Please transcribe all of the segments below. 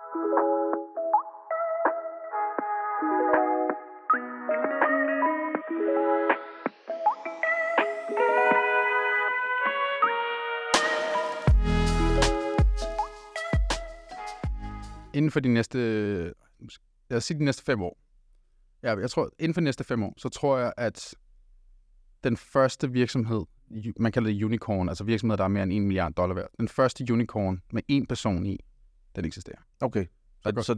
Inden for de næste, lad os sige de næste 5 år. Ja, jeg tror, inden for de næste 5 år, så tror jeg, at den første virksomhed, man kalder det unicorn, altså virksomheder, der er mere end $1 milliard værd, den første unicorn med 1 person i, den eksisterer. Okay. Så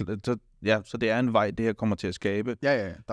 det er en vej, det her kommer til at skabe. Ja. Der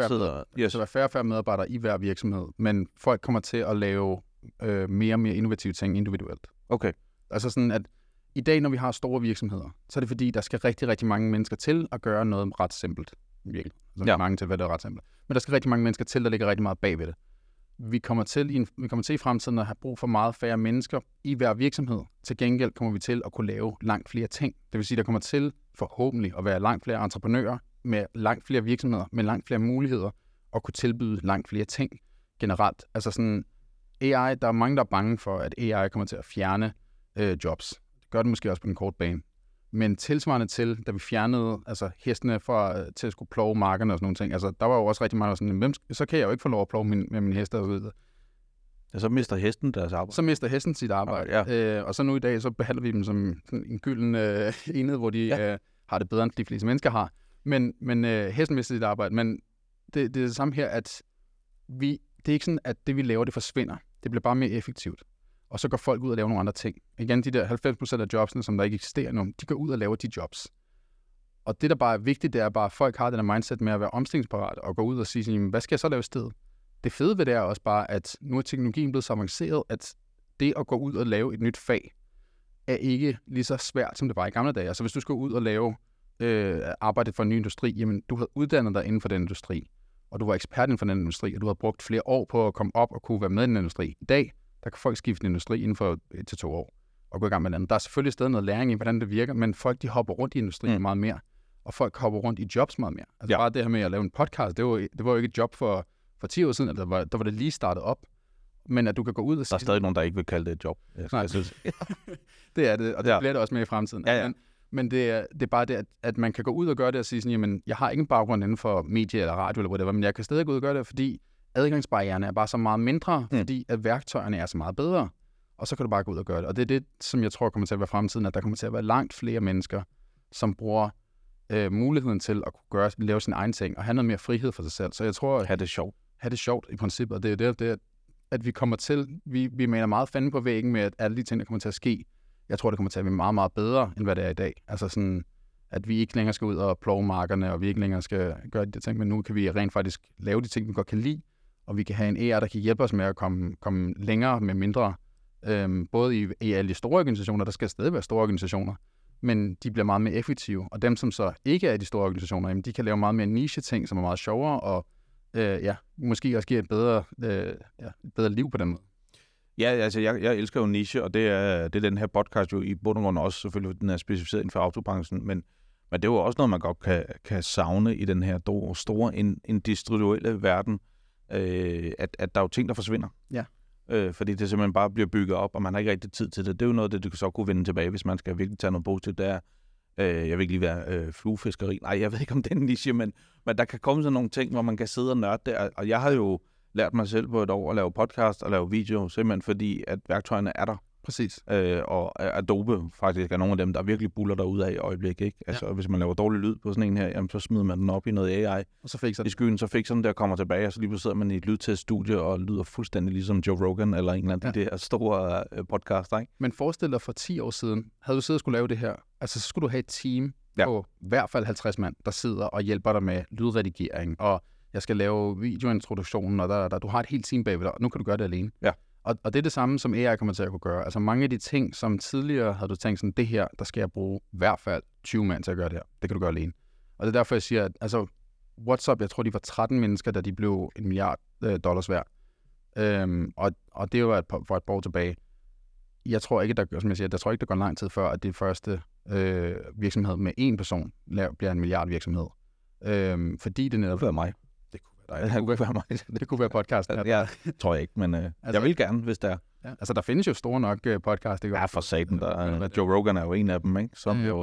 er færre og færre medarbejdere i hver virksomhed, men folk kommer til at lave mere og mere innovative ting individuelt. Okay. Altså sådan, at i dag, når vi har store virksomheder, så er det fordi, der skal rigtig, rigtig mange mennesker til at gøre noget ret simpelt. Virkelig. Altså mange til, hvad det er ret simpelt. Men der skal rigtig mange mennesker til, der ligger rigtig meget bagved det. Vi kommer til i fremtiden at have brug for meget færre mennesker i hver virksomhed. Til gengæld kommer vi til at kunne lave langt flere ting. Det vil sige, der kommer til forhåbentlig at være langt flere entreprenører med langt flere virksomheder, med langt flere muligheder og kunne tilbyde langt flere ting generelt. Altså sådan AI, der er mange, der er bange for, at AI kommer til at fjerne jobs. Det gør det måske også på den korte bane. Men tilsvarende til, da vi fjernede hestene til at skulle plove markerne og sådan nogle ting, altså der var jo også rigtig meget sådan, så kan jeg jo ikke få lov at plove med mine heste og så videre. Ja, så mister hesten deres arbejde. Så mister hesten sit arbejde. Ja. Og så nu i dag, så behandler vi dem som en gylden enhed, hvor de har det bedre, end de fleste mennesker har. Men hesten mister sit arbejde. Men det er det samme her, at det er ikke sådan, at det vi laver, det forsvinder. Det bliver bare mere effektivt. Og så går folk ud og laver nogle andre ting. Igen, de der 90% af jobsene, som der ikke eksisterer nu, de går ud og laver de jobs. Og det, der bare er vigtigt, det er bare, at folk har den her mindset med at være omstillingsparat og gå ud og sige, hvad skal jeg så lave i stedet? Det fede ved det er også bare, at nu er teknologien blevet så avanceret, at det at gå ud og lave et nyt fag, er ikke lige så svært, som det var i gamle dage. Altså hvis du skal ud og lave arbejde for en ny industri, jamen du havde uddannet dig inden for den industri, og du var ekspert inden for den industri, og du havde brugt flere år på at komme op og kunne være med i den industri. I dag, der kan folk skifte en industri inden for 1-2 år og gå i gang med andet. Der er selvfølgelig stadig noget læring i, hvordan det virker, men folk de hopper rundt i industrien meget mere, og folk hopper rundt i jobs meget mere. Altså bare det her med at lave en podcast, det var jo ikke et job for 10 år siden, eller der var det lige startet op. Men at du kan gå ud og sige... Der er stadig nogen, der ikke vil kalde det et job. Nej, det er det, og det bliver det også med i fremtiden. Ja. Men det er bare det, at man kan gå ud og gøre det og sige sådan, jamen, jeg har ikke en baggrund inden for medie eller radio eller whatever, men jeg kan stadig gå ud og gøre det, fordi adgangsbarriererne er bare så meget mindre, fordi at værktøjerne er så meget bedre. Og så kan du bare gå ud og gøre det. Og det er det, som jeg tror kommer til at være fremtiden, at der kommer til at være langt flere mennesker, som bruger muligheden til at kunne lave sin egen ting og have noget mere frihed for sig selv. Så jeg tror... have det sjovt i princippet. Og det er det, at vi kommer til... Vi maler meget fanden på væggen med, at alle de ting, der kommer til at ske, jeg tror, det kommer til at være meget, meget bedre, end hvad det er i dag. Altså sådan, at vi ikke længere skal ud og plove markerne, og vi ikke længere skal gøre de ting, men nu kan vi rent faktisk lave de ting, vi godt kan lide, og vi kan have en AI, der kan hjælpe os med at komme længere med mindre. Både i alle de store organisationer, der skal stadig være store organisationer, men de bliver meget mere effektive. Og dem, som så ikke er i de store organisationer, jamen, de kan lave meget mere niche-ting, som er meget sjovere, og måske også giver et bedre liv på den måde. Ja, altså jeg elsker jo niche, og det er den her podcast jo i bund og grund også, selvfølgelig den er specificeret inden for autobranchen, men det er jo også noget, man godt kan savne i den her store industrielle verden, at der er jo ting, der forsvinder. Ja. Fordi det simpelthen bare bliver bygget op, og man har ikke rigtig tid til det. Det er jo noget, det du så kunne vende tilbage, hvis man skal virkelig tage noget positivt. Der jeg vil ikke lige være fluefiskeri. Nej, jeg ved ikke om det er en niche, men der kan komme sådan nogle ting, hvor man kan sidde og nørde det. Og jeg har jo lært mig selv på et år at lave podcast og lave video, simpelthen fordi, at værktøjerne er der. Præcis. Og Adobe faktisk er nogle af dem, der virkelig buller derude af i øjeblikket. Ikke? Altså, hvis man laver dårlig lyd på sådan en her, jamen, så smider man den op i noget AI. Og så fikser i skyen, så fikser den der kommer tilbage, og så lige sidder man i et lydteststudie og lyder fuldstændig ligesom Joe Rogan eller en eller anden de der store podcaster. Ikke? Men forestil dig for 10 år siden, havde du siddet og skulle lave det her, altså så skulle du have et team på i hvert fald 50 mand, der sidder og hjælper dig med lydredigering, og jeg skal lave videointroduktionen, og du har et helt team bagved dig, og nu kan du gøre det alene. Ja. Og det er det samme, som AI kommer til at kunne gøre. Altså mange af de ting, som tidligere havde du tænkt sådan, det her, der skal jeg bruge i hvert fald 20 mand til at gøre det her. Det kan du gøre alene. Og det er derfor, jeg siger, at altså, WhatsApp, jeg tror, de var 13 mennesker, da de blev $1 milliard værd. Og det var for et par år tilbage. Jeg tror ikke, der går lang tid før, at det første virksomhed med én person bliver en milliard virksomhed. Fordi det netop... Det kunne være mig. Det kunne være Det kunne være podcasten. Ja, tror jeg ikke, men jeg vil gerne, hvis det er. Ja, altså, der findes jo store nok podcast. Ikke? Ja, for satan. Joe Rogan er jo en af dem, ikke?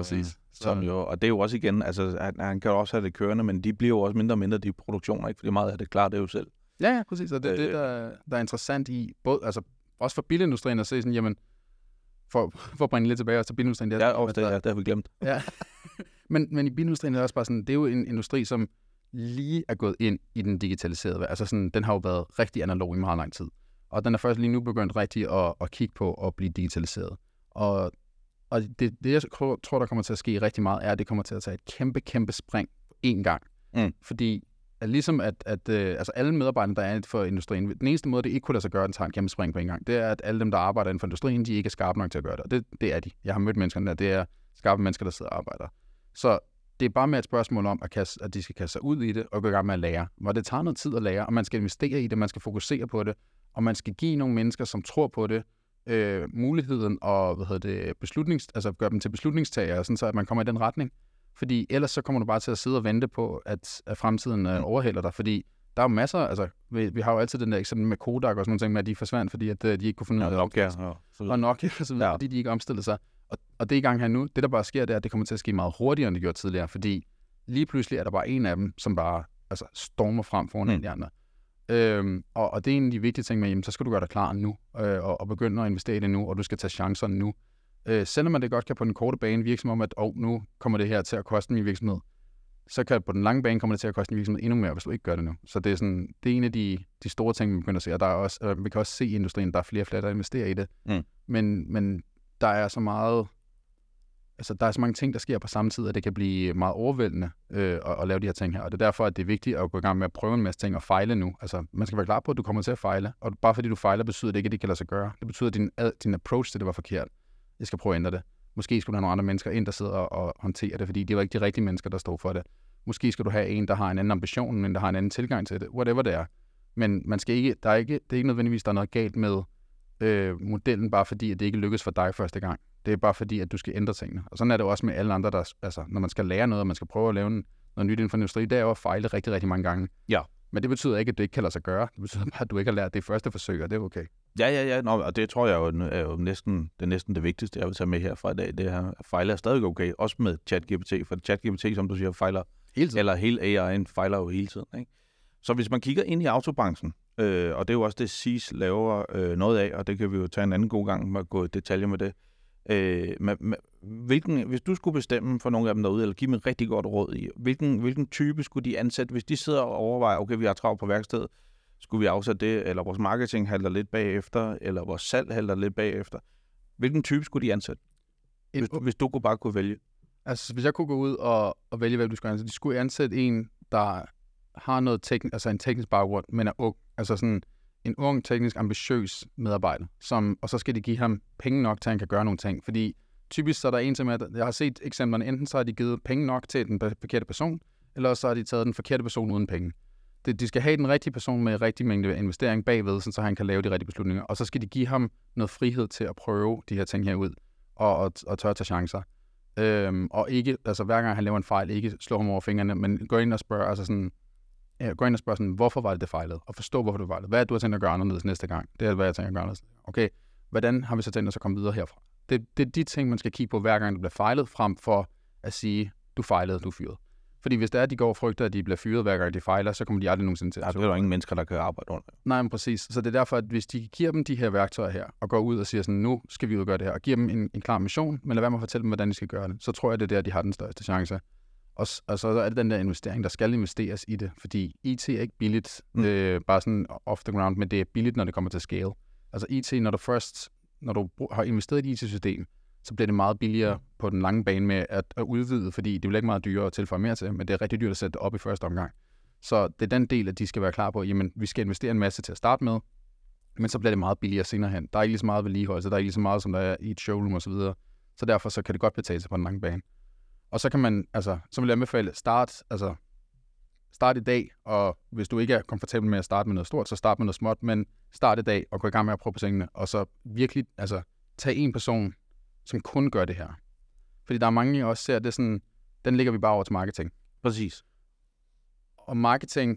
Og det er jo også igen, altså, han kan jo også have det kørende, men de bliver jo også mindre og mindre, de produktioner, ikke? Fordi meget af det klarer det jo selv. Ja, præcis. Og det er det, der er interessant i, både, altså, også for bilindustrien at se sådan, jamen, for at bringe lidt tilbage til bilindustrien. Det har vi glemt. Ja. men i bilindustrien er det også bare sådan, det er jo en industri, som lige er gået ind i den digitaliserede. Altså sådan, den har jo været rigtig analog i meget lang tid. Og den er først lige nu begyndt rigtig at kigge på at blive digitaliseret. Og det jeg tror, der kommer til at ske rigtig meget, er, at det kommer til at tage et kæmpe spring på én gang. Fordi ligesom altså alle medarbejdere, der er for industrien, den eneste måde, det ikke kunne lade sig gøre, den tager en kæmpe spring på en gang, det er, at alle dem, der arbejder inden for industrien, de ikke er skarpe nok til at gøre det. Og det er de. Jeg har mødt menneskerne der, det er skarpe mennesker, der sidder og arbejder. Så det er bare med et spørgsmål om, at de skal kaste sig ud i det og gå i gang med at lære. Hvor det tager noget tid at lære, og man skal investere i det, man skal fokusere på det, og man skal give nogle mennesker, som tror på det, muligheden og altså gøre dem til beslutningstagere, sådan så at man kommer i den retning. Fordi ellers så kommer du bare til at sidde og vente på, at fremtiden overhælder dig. Fordi der er jo masser, altså vi har jo altid den der eksempel med Kodak og sådan nogle ting med, at de forsvandt, fordi at de ikke kunne finde ud af det. Og Nokia og så videre, fordi de ikke omstillede sig. Og det er i gang her nu. Det der bare sker, det er, at det kommer til at ske meget hurtigere, end det gjorde tidligere. Fordi lige pludselig er der bare en af dem, som bare stormer frem foran alle de andre. Og det er en af de vigtige ting med, jamen, så skal du gøre dig klar nu, og begynde at investere i det nu, og du skal tage chancerne nu. Selvom man det godt kan på den korte bane virke som om, at nu kommer det her til at koste min virksomhed, så kan på den lange bane kommer det til at koste din virksomhed endnu mere, hvis du ikke gør det nu. Så det er en af de store ting, vi begynder at se. Og der er også, vi kan også se i industrien, der er flere og flere, der investerer i det. Men der er så meget, altså der er så mange ting, der sker på samme tid, at det kan blive meget overvældende at lave de her ting her. Og det er derfor, at det er vigtigt at gå i gang med at prøve en masse ting og fejle nu. Altså man skal være klar på, at du kommer til at fejle. Og bare fordi du fejler, betyder det ikke, at det kan lade sig gøre. Det betyder, at din approach til det var forkert. Jeg skal prøve at ændre det. Måske skulle du have nogle andre mennesker ind, der sidder og håndterer det, fordi det var ikke de rigtige mennesker, der står for det. Måske skal du have en, der har en anden ambition, en, der har en anden tilgang til det. Whatever det er. Men man skal ikke, det er ikke nødvendigvis, der er noget galt med modellen, bare fordi, at det ikke lykkes for dig første gang. Det er bare fordi, at du skal ændre tingene. Og sådan er det også med alle andre, når man skal lære noget, og man skal prøve at lave noget nyt inden for industri, det er jo at fejle rigtig, rigtig mange gange. Ja. Men det betyder ikke, at det ikke kan lade sig gøre. Det betyder bare, at du ikke har lært det første forsøg, og det er okay. Ja. Nå, og det tror jeg er jo næsten det vigtigste, jeg vil tage med her fra i dag. Det her fejler er stadig okay, også med ChatGPT, for ChatGPT, som du siger, fejler hele tiden. Eller hele AI'en fejler jo hele tiden. Ikke? Så hvis man kigger ind i autobranchen, og det er jo også det, SIS laver noget af, og det kan vi jo tage en anden god gang med at gå i detaljer med det. Hvis du skulle bestemme for nogle af dem derude, eller give dem et rigtig godt råd i, hvilken type skulle de ansætte, hvis de sidder og overvejer, okay, vi har travlt på værkstedet, skulle vi afsætte det, eller vores marketing halter lidt bagefter, eller vores salg halter lidt bagefter. Hvilken type skulle de ansætte, hvis du bare kunne vælge? Altså, hvis jeg kunne gå ud og vælge, hvem du skulle ansætte, de skulle ansætte en, der har noget en teknisk baggrund, men er ung. Altså sådan en ung, teknisk, ambitiøs medarbejder, og så skal de give ham penge nok til, at han kan gøre nogle ting. Fordi typisk så er der en, som jeg har set eksemplerne, enten så har de givet penge nok til den forkerte person, eller så har de taget den forkerte person uden penge. De skal have den rigtige person med rigtig mængde investering bagved, så han kan lave de rigtige beslutninger. Og så skal de give ham noget frihed til at prøve de her ting her ud, og tør tage chancer. Og ikke, altså hver gang han laver en fejl, ikke slå ham over fingrene, men gå ind og spørge, hvorfor var det fejlede, og forstå, hvorfor det fejlede. Hvad er det, du har tænkt at gøre anderledes næste gang? Det er, hvad jeg tænker at gøre anderledes. Okay, hvordan har vi så tænkt os at komme videre herfra? Det er de ting, man skal kigge på, hver gang det bliver fejlet, frem for at sige, du fejlede, du er fyret. Fordi hvis det er, at de går og frygter, at de bliver fyret, hver gang de fejler, så kommer de aldrig nogensinde til at... Ja, det er jo ingen mennesker, der kan arbejde under. Nej, men præcis. Så det er derfor, at hvis de giver dem de her værktøjer her, og går ud og siger sådan, nu skal vi ud og gøre det her, og giver dem en klar mission, men lad være med at fortælle dem, hvordan de skal gøre det, så tror jeg, det er der, de har den største chance. Og så er det den der investering, der skal investeres i det, fordi IT er ikke billigt, bare sådan off the ground, men det er billigt, når det kommer til scale. Altså IT, når du har investeret i et IT-system, så bliver det meget billigere på den lange bane med at udvide, fordi det bliver ikke meget dyrere at tilføje mere til, men det er rigtig dyrt at sætte det op i første omgang. Så det er den del, at de skal være klar på, jamen vi skal investere en masse til at starte med, men så bliver det meget billigere senere hen. Der er ikke lige så meget vedligeholdelse, der er ikke lige så meget, som der er i et showroom osv. Så derfor så kan det godt betale sig på den lange bane. Og så kan man, så vil jeg anbefale, start i dag, og hvis du ikke er komfortabel med at starte med noget stort, så start med noget småt, men start i dag og gå i gang med at prøve på tingene, og så virkelig, tag en person, som kun gør det her. Fordi der er mange, jeg også ser, det sådan, den ligger vi bare over til marketing. Præcis. Og marketing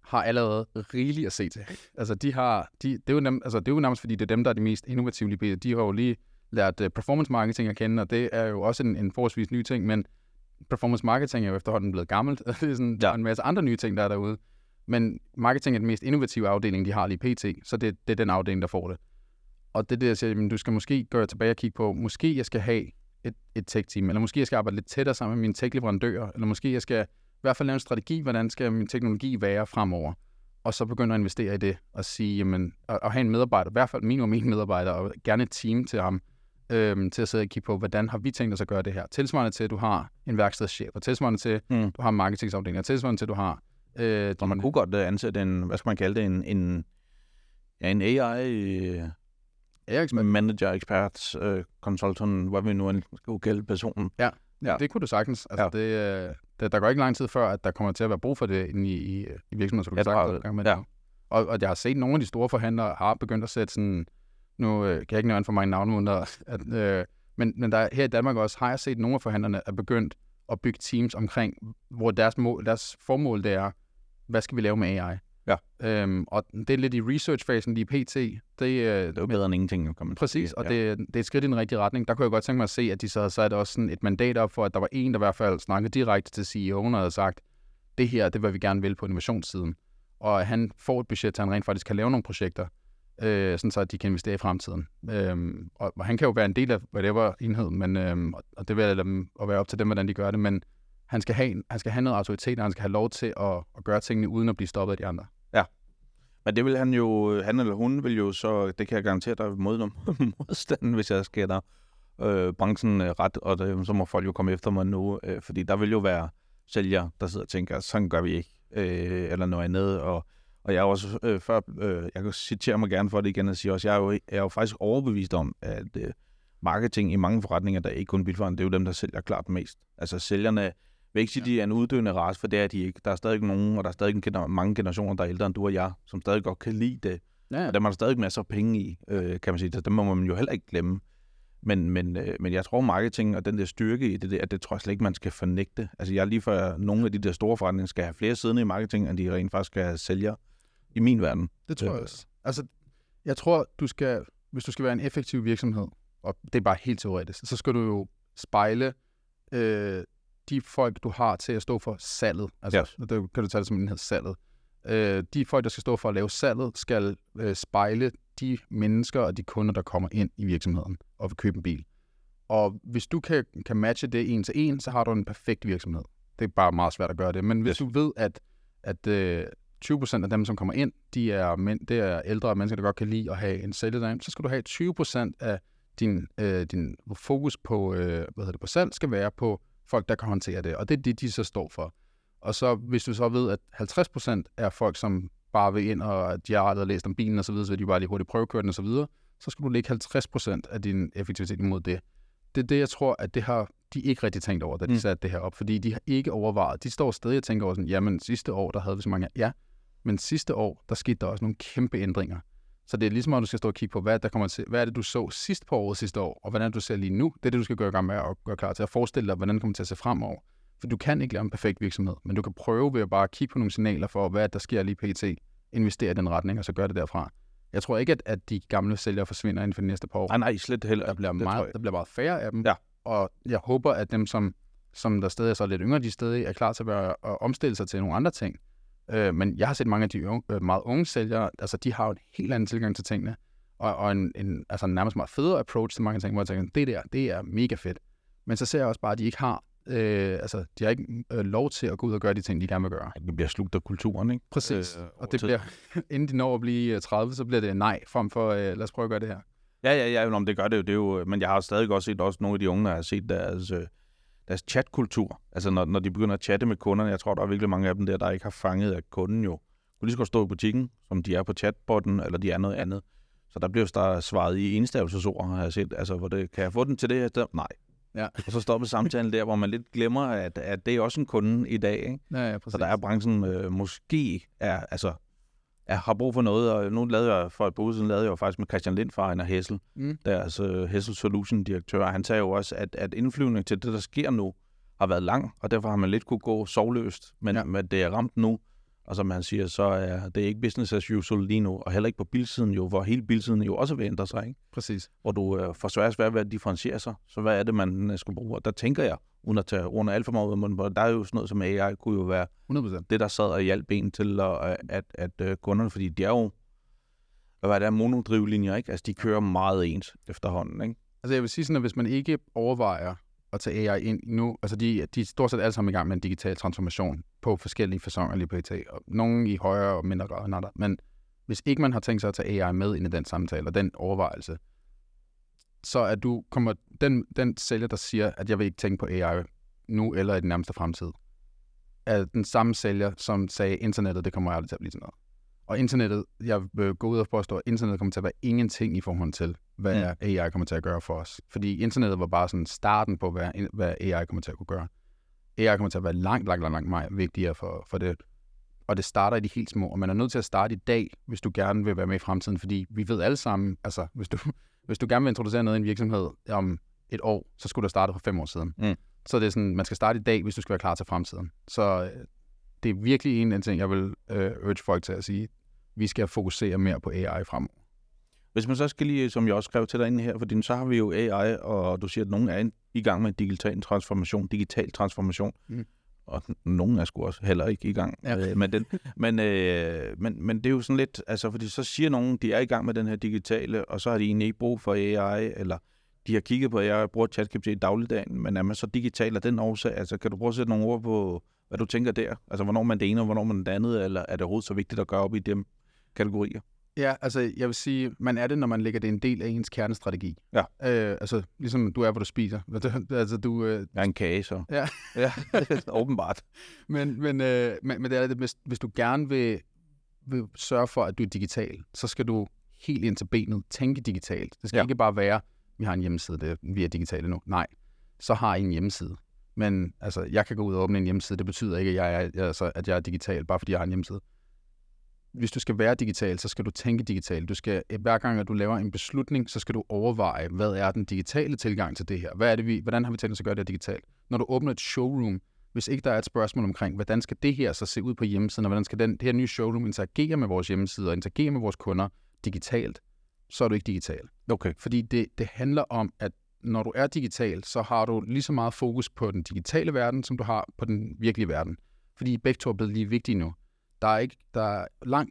har allerede rigeligt at se til. Altså, det er jo nærmest, fordi det er dem, der er de mest innovative lige pt. De har jo lige lært performance marketing at kende, og det er jo også en forholdsvis ny ting, men performance marketing er jo efterhånden blevet gammelt. Det er sådan, der er en masse andre nye ting, der er derude. Men marketing er den mest innovative afdeling, de har lige pt. Så det er den afdeling, der får det. Og det er det, jeg siger, du skal måske gå tilbage og kigge på, måske jeg skal have et tech-team, eller måske jeg skal arbejde lidt tættere sammen med mine tech-leverandører, eller måske jeg skal i hvert fald lave en strategi, hvordan skal min teknologi være fremover, og så begynde at investere i det, og sige, jamen, og have en medarbejder, i hvert fald minimum en medarbejder, og gerne et team til ham, til at sidde og kigge på, hvordan har vi tænkt os at gøre det her. Tilsvarende til, at du har en værkstedschef, og tilsvarende til, du har en marketingsafdeling, og tilsvarende til, at du har... og man kunne godt ansætte en, hvad skal man kalde det, en AI... manager, ekspert, consultant, hvad vi nu skal kalde personen. Ja, det kunne du sagtens. Altså, der går ikke lang tid før, at der kommer til at være brug for det inde i virksomheden, så du kan sagt. Og jeg har set, nogle af de store forhandlere har begyndt at sætte sådan, nu kan jeg ikke nævne for mange navnemunder, men der, her i Danmark også har jeg set, at nogle af forhandlerne er begyndt at bygge teams omkring, hvor deres formål det er, hvad skal vi lave med AI? Ja. Og det er lidt i research-fasen lige pt. Det er jo bedre end ingenting, kan man præcis, og det er et skridt i den rigtige retning. Der kunne jeg godt tænke mig at se, at de så havde sat også sådan et mandat op for, at der var en, der i hvert fald snakkede direkte til CEO'en og havde sagt, det her, det vil vi gerne vil på innovationssiden. Og han får et budget, til han rent faktisk kan lave nogle projekter, sådan så at de kan investere i fremtiden. Og han kan jo være en del af whatever enhed, men, og det vil at være op til dem, hvordan de gør det, men han skal have noget autoritet, og han skal have lov til at gøre tingene uden at blive stoppet af de andre. Ja, men det vil han eller hun vil jo så, det kan jeg garantere dig modstand, hvis jeg skætter branchen ret, og så må folk jo komme efter mig nu, fordi der vil jo være sælgere, der sidder og tænker, sådan gør vi ikke, eller noget andet, og jeg er også jeg kan citere mig gerne for det igen og sige også, jeg er jo faktisk overbevist om, at marketing i mange forretninger, der er ikke kun bilforretninger, det er jo dem, der sælger klart mest. Altså sælgerne vil ikke sige, at de er en uddøende race, for det er de ikke. Der er stadig nogen, og der er stadig mange generationer, der er ældre end du og jeg, som stadig godt kan lide det. Ja. Og dem er der stadig masser af penge i, kan man sige. Så dem må man jo heller ikke glemme. Men jeg tror, marketing og den der styrke i det, at det tror jeg slet ikke, man skal fornægte. Altså jeg er lige for, nogle af de der store forretninger skal have flere siddende i marketing, end de rent faktisk skal have sælgere i min verden. Det tror jeg også. Altså, jeg tror, hvis du skal være en effektiv virksomhed, og det er bare helt teoretisk, så skal du jo spejle de folk, du har til at stå for salget. Altså, det kan du tage det som en salget. De folk, der skal stå for at lave salget, skal spejle de mennesker og de kunder, der kommer ind i virksomheden og vil købe en bil. Og hvis du kan matche det en til en, så har du en perfekt virksomhed. Det er bare meget svært at gøre det. Men hvis du ved, at 20% af dem, som kommer ind, det er ældre mennesker, der godt kan lide at have en sælgedame, så skal du have 20% af din fokus på, på salg skal være på folk, der kan håndtere det. Og det er det, de så står for. Og så hvis du så ved, at 50% er folk, som bare vil ind, og de har aldrig læst om bilen og så videre, så vil de bare lige hurtigt prøvekøre den og så videre, så skal du lægge 50% af din effektivitet imod det. Det er det, jeg tror, at det har de ikke rigtig tænkt over, da de satte det her op, fordi de har ikke overvejet. De står stadig og tænker over sådan, jamen sidste år, der havde vi så mange. Ja, men sidste år, der skete der også nogle kæmpe ændringer. Så det er ligesom, at du skal stå og kigge på, hvad er det, du så sidst på året sidste år, og hvordan du ser lige nu. Det er det, du skal gøre i gang med at gøre klar til at forestille dig, hvordan det kommer til at se fremover. For du kan ikke lave en perfekt virksomhed, men du kan prøve ved at bare kigge på nogle signaler for, hvad der sker lige pt. Investere i den retning, og så gøre det derfra. Jeg tror ikke, at de gamle sælgere forsvinder inden for de næste par år. Nej, slet heller. Der bliver meget færre af dem, og jeg håber, at dem, som der stadig er så lidt yngre, de stadig er klar til at omstille sig til nogle andre ting. Men jeg har set mange af de meget unge sælgere, altså de har jo en helt anden tilgang til tingene, og en nærmest meget federe approach til mange ting, hvor jeg tænker, det er mega fedt. Men så ser jeg også bare, at de ikke har, de har ikke lov til at gå ud og gøre de ting, de gerne vil gøre. Det bliver slugt af kulturen, ikke? Præcis, og det bliver, inden de når at blive 30, så bliver det nej, frem for, lad os prøve at gøre det her. Ja, det gør det jo, men jeg har stadig også set nogle af de unge, der har set deres chatkultur, altså når de begynder at chatte med kunderne, jeg tror, der er virkelig mange af dem der ikke har fanget, at kunden jo kunne lige så godt stå i butikken, som de er på chatbotten, eller de er noget andet. Så der bliver der svaret i enstavelsesord, har jeg set, altså hvor det, kan jeg få den til det her? Nej. Ja. Og så stopper samtalen der, hvor man lidt glemmer, at det er også en kunde i dag, ikke? Ja, præcis. Så der er branchen måske har brug for noget, og nu lavede jeg for et par uger siden, jo faktisk med Christian Lind fra Ejner Hessel, deres Hessel Solution-direktør. Han sagde jo også, at indflyvning til det, der sker nu, har været lang, og derfor har man lidt kunne gå sovløst, men det er ramt nu, Og som han siger, så er det ikke business as usual lige nu, og heller ikke på bilsiden jo, hvor hele bilsiden jo også vil ændre sig, ikke? Præcis. Hvor du får svært ved at differentiere sig, så hvad er det, man skal bruge? Og der tænker jeg, uden at tage ordene alt for meget ud af munden, der er jo sådan noget som AI, kunne jo være 100%. det, der sad og hjalp en til at kunderne, fordi de er jo, hvad det er, monodrivlinjer, ikke? Altså, de kører meget ens efterhånden, ikke? Altså, jeg vil sige sådan, at hvis man ikke overvejer at tage AI ind nu, altså de er stort set alle sammen i gang med en digital transformation på forskellige faconer lige på IT, og nogle i højere og mindre grad end andre. Men hvis ikke man har tænkt sig at tage AI med ind i den samtale og den overvejelse, så er den sælger, der siger, at jeg vil ikke tænke på AI nu eller i den nærmeste fremtid, er den samme sælger, som sagde, internettet, det kommer aldrig til at blive sådan noget. Og internettet, jeg vil gå ud og påstå, at internettet kommer til at være ingenting i forhold til, hvad AI kommer til at gøre for os. Fordi internettet var bare sådan starten på, hvad AI kommer til at kunne gøre. AI kommer til at være langt meget vigtigere for det. Og det starter i de helt små. Og man er nødt til at starte i dag, hvis du gerne vil være med i fremtiden. Fordi vi ved alle sammen, altså hvis du gerne vil introducere noget i en virksomhed om et år, så skulle du starte for 5 år siden. Så det er sådan, man skal starte i dag, hvis du skal være klar til fremtiden. Så det er virkelig en af de ting, jeg vil urge folk til at sige. Vi skal fokusere mere på AI fremover. Hvis man så skal lige, som jeg også skrev til dig inde her, for så har vi jo AI, og du siger, at nogen er i gang med digital transformation. Og nogen er sgu også heller ikke i gang med den. Men det er jo sådan lidt, altså fordi så siger nogen, de er i gang med den her digitale, og så har de egentlig ikke brug for AI, eller de har kigget på AI og bruger ChatGPT i dagligdagen, men er man så digital af den årsag? Altså kan du prøve at sætte nogle ord på, hvad du tænker der? Altså hvornår man det ene, og hvornår man det andet, eller er det overhovedet så vigtigt at gøre op i dem kategorier? Ja, altså jeg vil sige, man er det, når man lægger det en del af ens kernestrategi. Ja. Altså ligesom du er, hvor du spiser. Altså du... Jeg er en kage, så. Ja. Ja, åbenbart. Men det er det, hvis du gerne vil sørge for, at du er digital, så skal du helt ind til benet tænke digitalt. Det skal ikke bare være, vi har en hjemmeside, vi er digitale nu. Nej, så har I en hjemmeside. Men altså, jeg kan gå ud og åbne en hjemmeside. Det betyder ikke, at jeg er digital, bare fordi jeg har en hjemmeside. Hvis du skal være digital, så skal du tænke digitalt. Du skal, hver gang, at du laver en beslutning, så skal du overveje, hvad er den digitale tilgang til det her? Hvordan har vi tænkt os at gøre det digitalt? Når du åbner et showroom, hvis ikke der er et spørgsmål omkring, hvordan skal det her så se ud på hjemmesiden, og hvordan skal det her nye showroom interagere med vores hjemmeside og interagere med vores kunder digitalt, så er du ikke digital. Okay. Fordi det handler om, at når du er digital, så har du lige så meget fokus på den digitale verden, som du har på den virkelige verden. Fordi begge to er blevet lige vigtige nu. Der er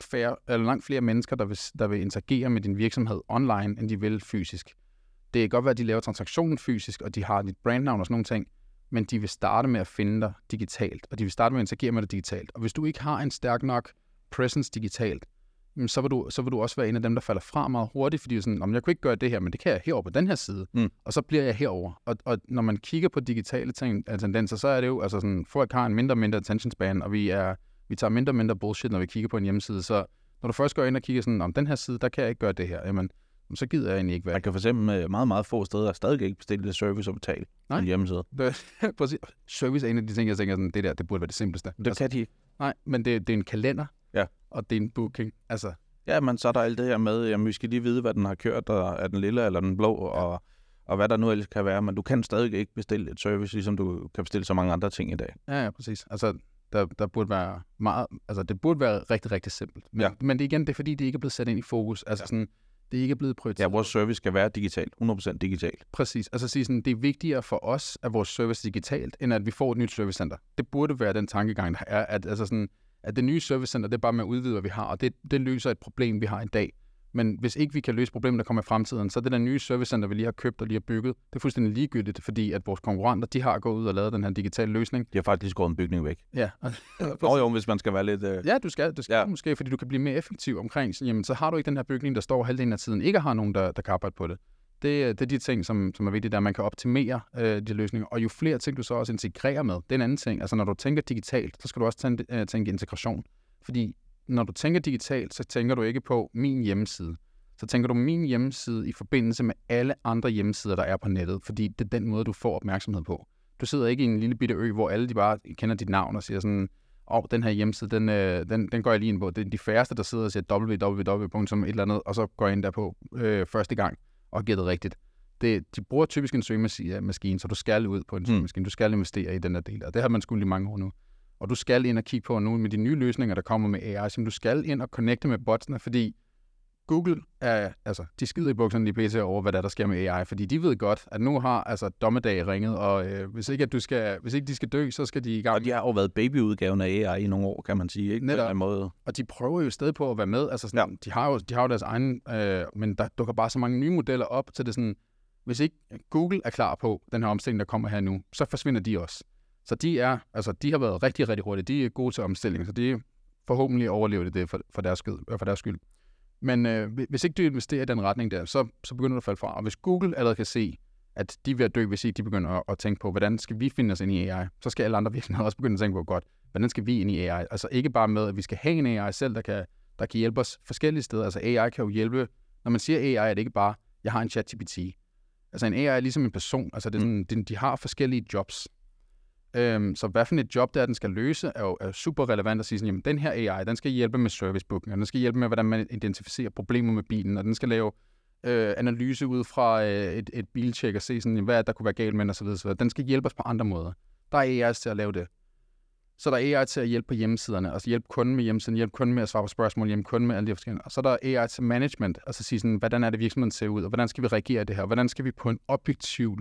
langt flere mennesker, der vil interagere med din virksomhed online, end de vil fysisk. Det kan godt være, at de laver transaktionen fysisk, og de har dit brandnavn og sådan nogle ting, men de vil starte med at finde dig digitalt, og de vil starte med at interagere med dig digitalt. Og hvis du ikke har en stærk nok presence digitalt, så vil du også være en af dem, der falder fra meget hurtigt, fordi sådan, jeg kunne ikke gøre det her, men det kan jeg herovre på den her side, og så bliver jeg herover. Og når man kigger på digitale tendenser, så er det jo, altså sådan, folk har en mindre attention span, og vi tager mindre bullshit, når vi kigger på en hjemmeside. Så når du først går ind og kigger sådan, om den her side, der kan jeg ikke gøre det her, jamen, så gider jeg egentlig ikke være. Man kan for eksempel meget få steder stadig ikke bestille det service og betale på en hjemmeside. Præcis. Service er en af de ting, jeg tænker sådan, det burde være det simpleste. Det kan de. Nej, men det er en kalender, og det er en booking. Altså. Ja, men så er der alt det her med, jamen vi skal lige vide, hvad den har kørt, og er den lille eller den blå, og hvad der nu ellers kan være. Men du kan stadig ikke bestille et service, ligesom du kan bestille så mange andre ting i dag. Ja, præcis. Altså, der burde være meget, altså det burde være rigtig, rigtig simpelt. Men det igen, det er fordi, det ikke er blevet sat ind i fokus. Altså sådan, det er ikke blevet prioriteret. Ja, vores service skal være digitalt, 100% digitalt. Præcis. Altså sige sådan, det er vigtigere for os, at vores service er digitalt, end at vi får et nyt servicecenter. Det burde være den tankegang, der er, at det nye servicecenter, det er bare med at udvide, hvad vi har, og det løser et problem, vi har i dag. Men hvis ikke vi kan løse problemet, der kommer i fremtiden, så er det der nye servicecenter, vi lige har købt og lige har bygget, det er fuldstændig ligegyldigt, fordi at vores konkurrenter, de har gået ud og lavet den her digitale løsning. De har faktisk gået en bygning væk. Ja. Jo, hvis man skal være lidt... Ja, du skal måske, fordi du kan blive mere effektiv omkring, jamen så har du ikke den her bygning, der står halvdelen af tiden, ikke har nogen, der kan arbejde på det. Det er de ting, som er vigtige, der man kan optimere de løsninger, og jo flere ting, du så også integrerer med, det er en anden ting. Altså når du tænker digitalt, så skal du også tænke integration, fordi når du tænker digitalt, så tænker du ikke på min hjemmeside. Så tænker du min hjemmeside i forbindelse med alle andre hjemmesider, der er på nettet, fordi det er den måde, du får opmærksomhed på. Du sidder ikke i en lille bitte ø, hvor alle de bare kender dit navn og siger sådan, den her hjemmeside, den går jeg lige ind på. Det er de færreste, der sidder og siger www. et eller andet, og så går jeg ind der på første gang og giver det rigtigt. De bruger typisk en søgemaskine, så du skal ud på en søgemaskine. Du skal investere i den her del, og det har man skulle i mange år nu. Og du skal ind og kigge på nu med de nye løsninger, der kommer med AI, så du skal ind og connecte med botsene, fordi Google de skider i bukserne lige pt. Over, hvad der sker med AI, fordi de ved godt, at nu har dommedag ringet, og hvis ikke de skal dø, så skal de i gang. Og de har jo været babyudgaven af AI i nogle år, kan man sige, ikke? Netop. På en måde. Og de prøver jo stadig på at være med, de har jo deres egen, men der dukker bare så mange nye modeller op, så det er sådan, hvis ikke Google er klar på den her omstilling, der kommer her nu, så forsvinder de også. Så de har været rigtig, rigtig hurtige, de er gode til omstilling, så de forhåbentlig overlever det for deres skyld. Men hvis ikke du investerer i den retning der, så begynder du at falde fra. Og hvis Google allerede kan se, at de er ved at dø, hvis ikke de begynder at tænke på, hvordan skal vi finde os ind i AI, så skal alle andre virksomheder også begynde at tænke på, godt, hvordan skal vi ind i AI? Altså ikke bare med, at vi skal have en AI selv, der kan hjælpe os forskellige steder. Altså AI kan jo hjælpe, når man siger AI, er det ikke bare, jeg har en ChatGPT. Altså en AI er ligesom en person, altså det er sådan, de har forskellige jobs. Så hvad for et job, den skal løse, er super relevant at sige sådan, jamen den her AI, den skal hjælpe med servicebooking, og den skal hjælpe med, hvordan man identificerer problemer med bilen, og den skal lave analyse ud fra et biltjek og se sådan, hvad der kunne være galt med den, og så videre. Den skal hjælpe os på andre måder. Der er AI til at lave det. Så der er AI til at hjælpe på hjemmesiderne, altså hjælpe kunden med hjemmesiden, hjælpe kunden med at svare på spørgsmål, hjælpe kunden med alle de forskellige. Og så er der AI til management, altså sige sådan, hvordan er det virksomheden ser ud, og hvordan skal vi reagere i det her, hvordan skal vi på en objektiv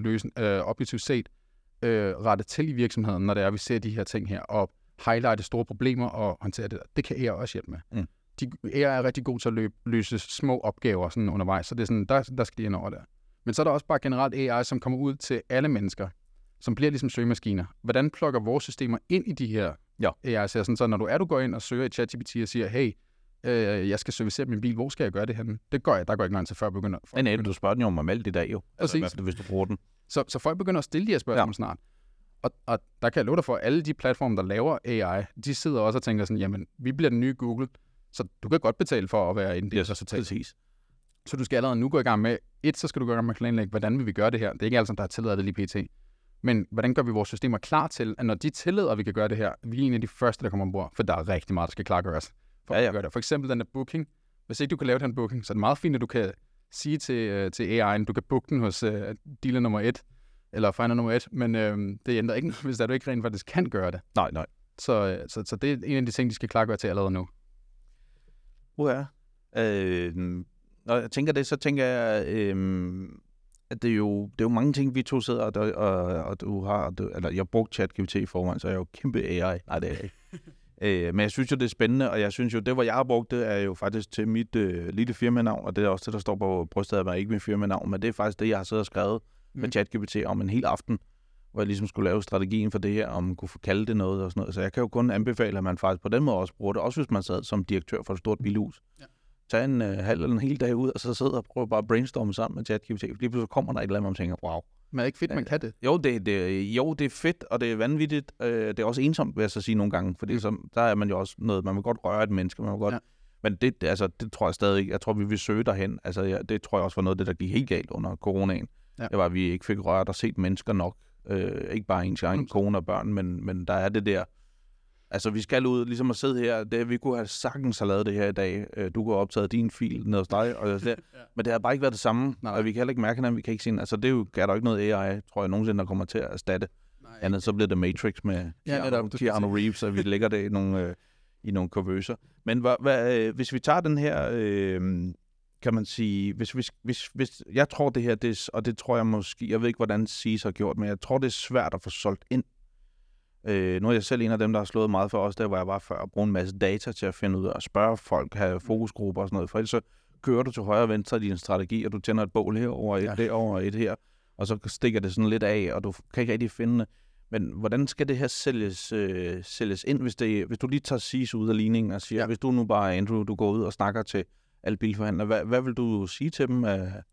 set rette til i virksomheden, når det er, vi ser de her ting her, og highlighte store problemer og håndtere det. Det kan AI også hjælpe med. AI er rigtig god til at løse små opgaver sådan undervejs, så det er sådan, der skal de ind over der. Men så er der også bare generelt AI, som kommer ud til alle mennesker, som bliver ligesom søgemaskiner. Hvordan plukker vores systemer ind i de her AI? Så når du går ind og søger i ChatGPT og siger, hey, jeg skal servicere min bil, hvor skal jeg gøre det henne? Det gør jeg, der går ikke langt til før jeg begynder. Du spørger den jo om alt i dag jo, altså, hvis du bruger den. Så folk begynder at stille de her spørgsmål snart. Og der kan jeg love dig for, at alle de platforme, der laver AI, de sidder også og tænker sådan, jamen, vi bliver den nye Google, så du kan godt betale for at være inde i det resultat. Præcis. Så du skal allerede nu gå i gang med, så skal du gå i gang med at planlægge, hvordan vil vi gøre det her? Det er ikke alt, der har tilladet det lige pt. Men hvordan gør vi vores systemer klar til, at når de tillader, at vi kan gøre det her, vi er en af de første, der kommer ombord, for der er rigtig meget, der skal klargøres for at gøre det. For eksempel den der booking. Hvis ikke du kan lave den booking, så er det meget fint, at du kan sige til AI'en, du kan booke den hos dealer nummer 1, eller finder nummer 1, men det ændrer ikke noget, hvis du ikke rent faktisk kan gøre det. Nej. Så det er en af de ting, de skal klargøre til allerede nu. Når jeg tænker det, så tænker jeg, at det er jo mange ting, vi to sidder og du har, eller jeg brugte ChatGPT i forvejen, så jeg er jo kæmpe AI. Nej, det er jeg ikke. Men jeg synes jo, det er spændende, og jeg synes jo, det, hvor jeg har brugt det, er jo faktisk til mit lille firmanavn, og det er også det, der står på brystet af mig, ikke mit firmanavn, men det er faktisk det, jeg har siddet og skrevet med ChatGPT om en hel aften, hvor jeg ligesom skulle lave strategien for det her, om man kunne få kalde det noget og sådan noget. Så jeg kan jo kun anbefale, at man faktisk på den måde også bruger det, også hvis man sad som direktør for et stort bilhus. Ja. Tag en halv eller en hel dag ud, og så sidder og prøver bare at brainstorme sammen med ChatGPT. Lige pludselig kommer der et eller andet, man tænker, wow. Men er det ikke fedt, man kan det? Jo, det er fedt, og det er vanvittigt. Det er også ensomt, vil jeg så sige nogle gange, fordi der er man jo også noget, man vil godt røre et menneske, man vil godt... Ja. Men det tror jeg stadig ikke. Jeg tror, vi vil søge derhen. Altså, det tror jeg også var noget af det, der gik helt galt under coronaen. Ja. Det var, at vi ikke fik rørt og set mennesker nok. Ikke bare ens egen kone og børn, men der er det der. Altså, vi skal ud, ligesom at sidde her. Vi kunne have sagtens have lavet det her i dag. Du kunne have optaget din fil ned hos dig. Og der. Men det har bare ikke været det samme. Nej. Og vi kan heller ikke mærke hinanden, vi kan ikke se. Altså, det er der ikke noget AI, tror jeg, nogensinde, der kommer til at erstatte. Andet, så bliver det Matrix med Keanu Reeves, så vi lægger det i nogle kurvøser. Men hvis vi tager den her... kan man sige, hvis jeg tror det her, og det tror jeg måske, jeg ved ikke, hvordan CIS har gjort, men jeg tror, det er svært at få solgt ind. Nu er jeg selv en af dem, der har slået meget for os, der hvor jeg var før, at bruge en masse data til at finde ud af at spørge folk, have fokusgrupper og sådan noget, for ellers så kører du til højre og venstre i din strategi, og du tænder et bål herover, et derover og et her, og så stikker det sådan lidt af, og du kan ikke rigtig finde det. Men hvordan skal det her sælges ind, hvis du lige tager CIS ud af ligningen og siger, hvis du nu bare, Andrew, du går ud og snakker til alle bilforhandlere, hvad vil du sige til dem,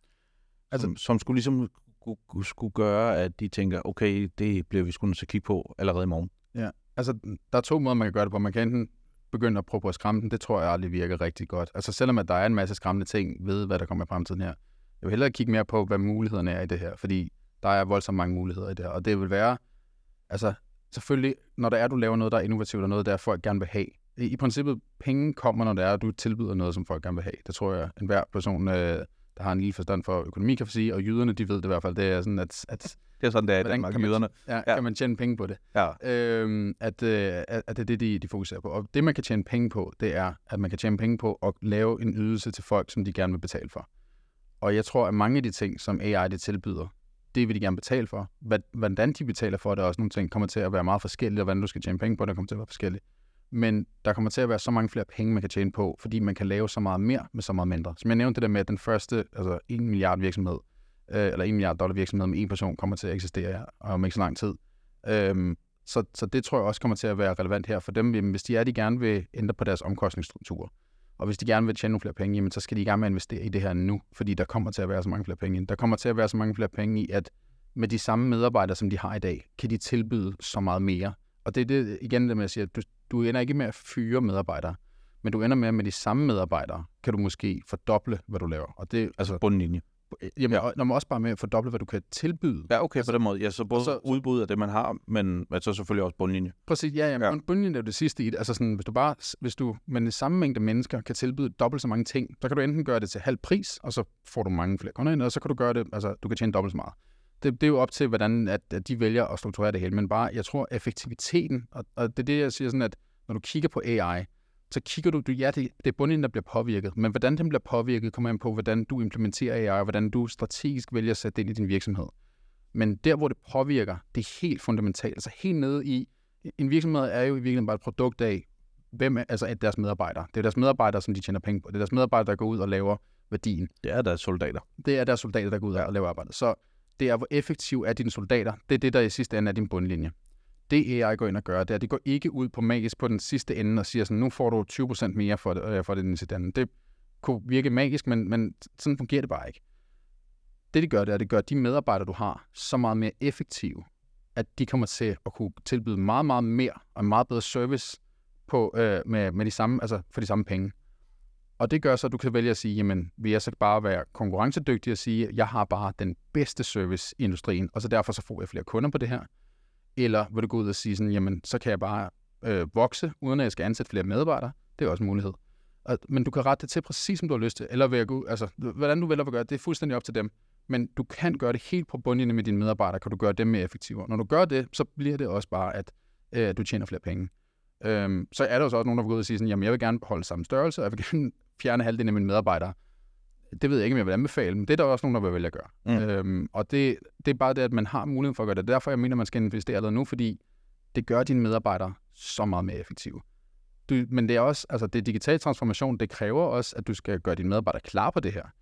som skulle ligesom skulle gøre, at de tænker, okay, det bliver vi sgu nødt til at kigge på allerede i morgen? Ja, altså der er 2 måder, man kan gøre det på. Man kan enten begynde at prøve på at skræmme dem. Det tror jeg aldrig virker rigtig godt. Altså selvom at der er en masse skræmmende ting ved, hvad der kommer i fremtiden her. Jeg vil hellere kigge mere på, hvad mulighederne er i det her, fordi der er voldsomt mange muligheder i det her. Og det vil være, altså selvfølgelig, når der er, du laver noget, der er innovativt, og noget, der folk gerne vil have. I princippet, penge kommer, når det er, at du tilbyder noget, som folk gerne vil have. Det tror jeg, enhver person, der der har en lille forstand for økonomi, kan sige, og jyderne, de ved det i hvert fald, det er sådan, at det er sådan, det er, hvordan kan jyderne. Kan man tjene penge på det? Ja. At det er det, de fokuserer på. Og det, man kan tjene penge på, det er, at man kan tjene penge på at lave en ydelse til folk, som de gerne vil betale for. Og jeg tror, at mange af de ting, som AI det tilbyder, det vil de gerne betale for. Hvordan de betaler for det, også nogle ting kommer til at være meget forskellige, og hvordan du skal tjene penge på det, kommer til at være forskelligt. Men der kommer til at være så mange flere penge, man kan tjene på, fordi man kan lave så meget mere med så meget mindre. Som jeg nævnte det der med, at den første 1 milliard virksomhed, eller $1 milliard virksomhed med en person kommer til at eksistere om ikke så lang tid. Så det tror jeg også kommer til at være relevant her for dem, hvis de gerne vil ændre på deres omkostningsstruktur. Og hvis de gerne vil tjene nogle flere penge, jamen, så skal de i gang med at investere i det her nu, fordi der kommer til at være så mange flere penge ind. Der kommer til at være så mange flere penge i, at med de samme medarbejdere, som de har i dag, kan de tilbyde så meget mere. Og det er det igen, det med at sige, at du ender ikke med at fyre medarbejdere, men du ender med de samme medarbejdere, kan du måske fordoble, hvad du laver. Og det, altså bundlinje. Jamen, når man også bare med at fordoble, hvad du kan tilbyde. Ja, okay, på den måde. Ja, så både så udbud af det, man har, men så selvfølgelig også bundlinje. Præcis, ja. Bundlinje er jo det sidste i det. Altså sådan, hvis du med den samme mængde mennesker kan tilbyde dobbelt så mange ting, så kan du enten gøre det til halv pris, og så får du mange flere kunder ind, og så kan du gøre det, altså du kan tjene dobbelt så meget. Det er jo op til, hvordan at de vælger at strukturere det hele, men bare, jeg tror, effektiviteten, og det er det, jeg siger sådan, at når du kigger på AI, så kigger du, det er bundlinjen, der bliver påvirket, men hvordan den bliver påvirket, kommer an på, hvordan du implementerer AI, og hvordan du strategisk vælger at sætte det ind i din virksomhed. Men der, hvor det påvirker, det er helt fundamentalt. Altså helt nede i, en virksomhed er jo i virkeligheden bare et produkt af, altså deres medarbejdere. Det er deres medarbejdere, som de tjener penge på. Det er deres medarbejdere, der går ud og laver værdien. Det er deres soldater. Det er deres soldater, der går ud og laver arbejdet. Så det er, hvor effektiv er dine soldater. Det er det, der i sidste ende er din bundlinje. Det AI går ind og gør, det er, at det går ikke ud på magisk på den sidste ende og siger sådan, nu får du 20% mere for det incident. Det kunne virke magisk, men sådan fungerer det bare ikke. Det de gør, det er, at det gør de medarbejdere, du har, så meget mere effektive, at de kommer til at kunne tilbyde meget, meget mere og en meget bedre service på, med de samme, altså for de samme penge. Og det gør så, at du kan vælge at sige, jamen, vil jeg så bare være konkurrencedygtig og sige, at jeg har bare den bedste service i industrien, og så derfor så får jeg flere kunder på det her. Eller vil du gå ud og sige sådan, jamen, så kan jeg bare vokse, uden at jeg skal ansætte flere medarbejdere. Det er også en mulighed. Men du kan rette det til præcis, som du har lyst til. Eller vil jeg gå, altså, hvordan du vælger at gøre det, er fuldstændig op til dem. Men du kan gøre det helt på bundlinjen med dine medarbejdere, kan du gøre dem mere effektive. Når du gør det, så bliver det også bare, at du tjener flere penge. Så er der også nogen, der vil gå ud og sige sådan, jamen, jeg vil gerne beholde samme størrelse, og jeg vil gerne fjerne halvdelen af mine medarbejdere. Det ved jeg ikke, om jeg vil anbefale, men det er der også nogen, der vil vælge at gøre. Og det er bare det, at man har muligheden for at gøre det. Derfor jeg mener, man skal investere allerede nu, fordi det gør dine medarbejdere så meget mere effektive. Men det er også, altså det digitale transformation, det kræver også, at du skal gøre dine medarbejdere klar på det her.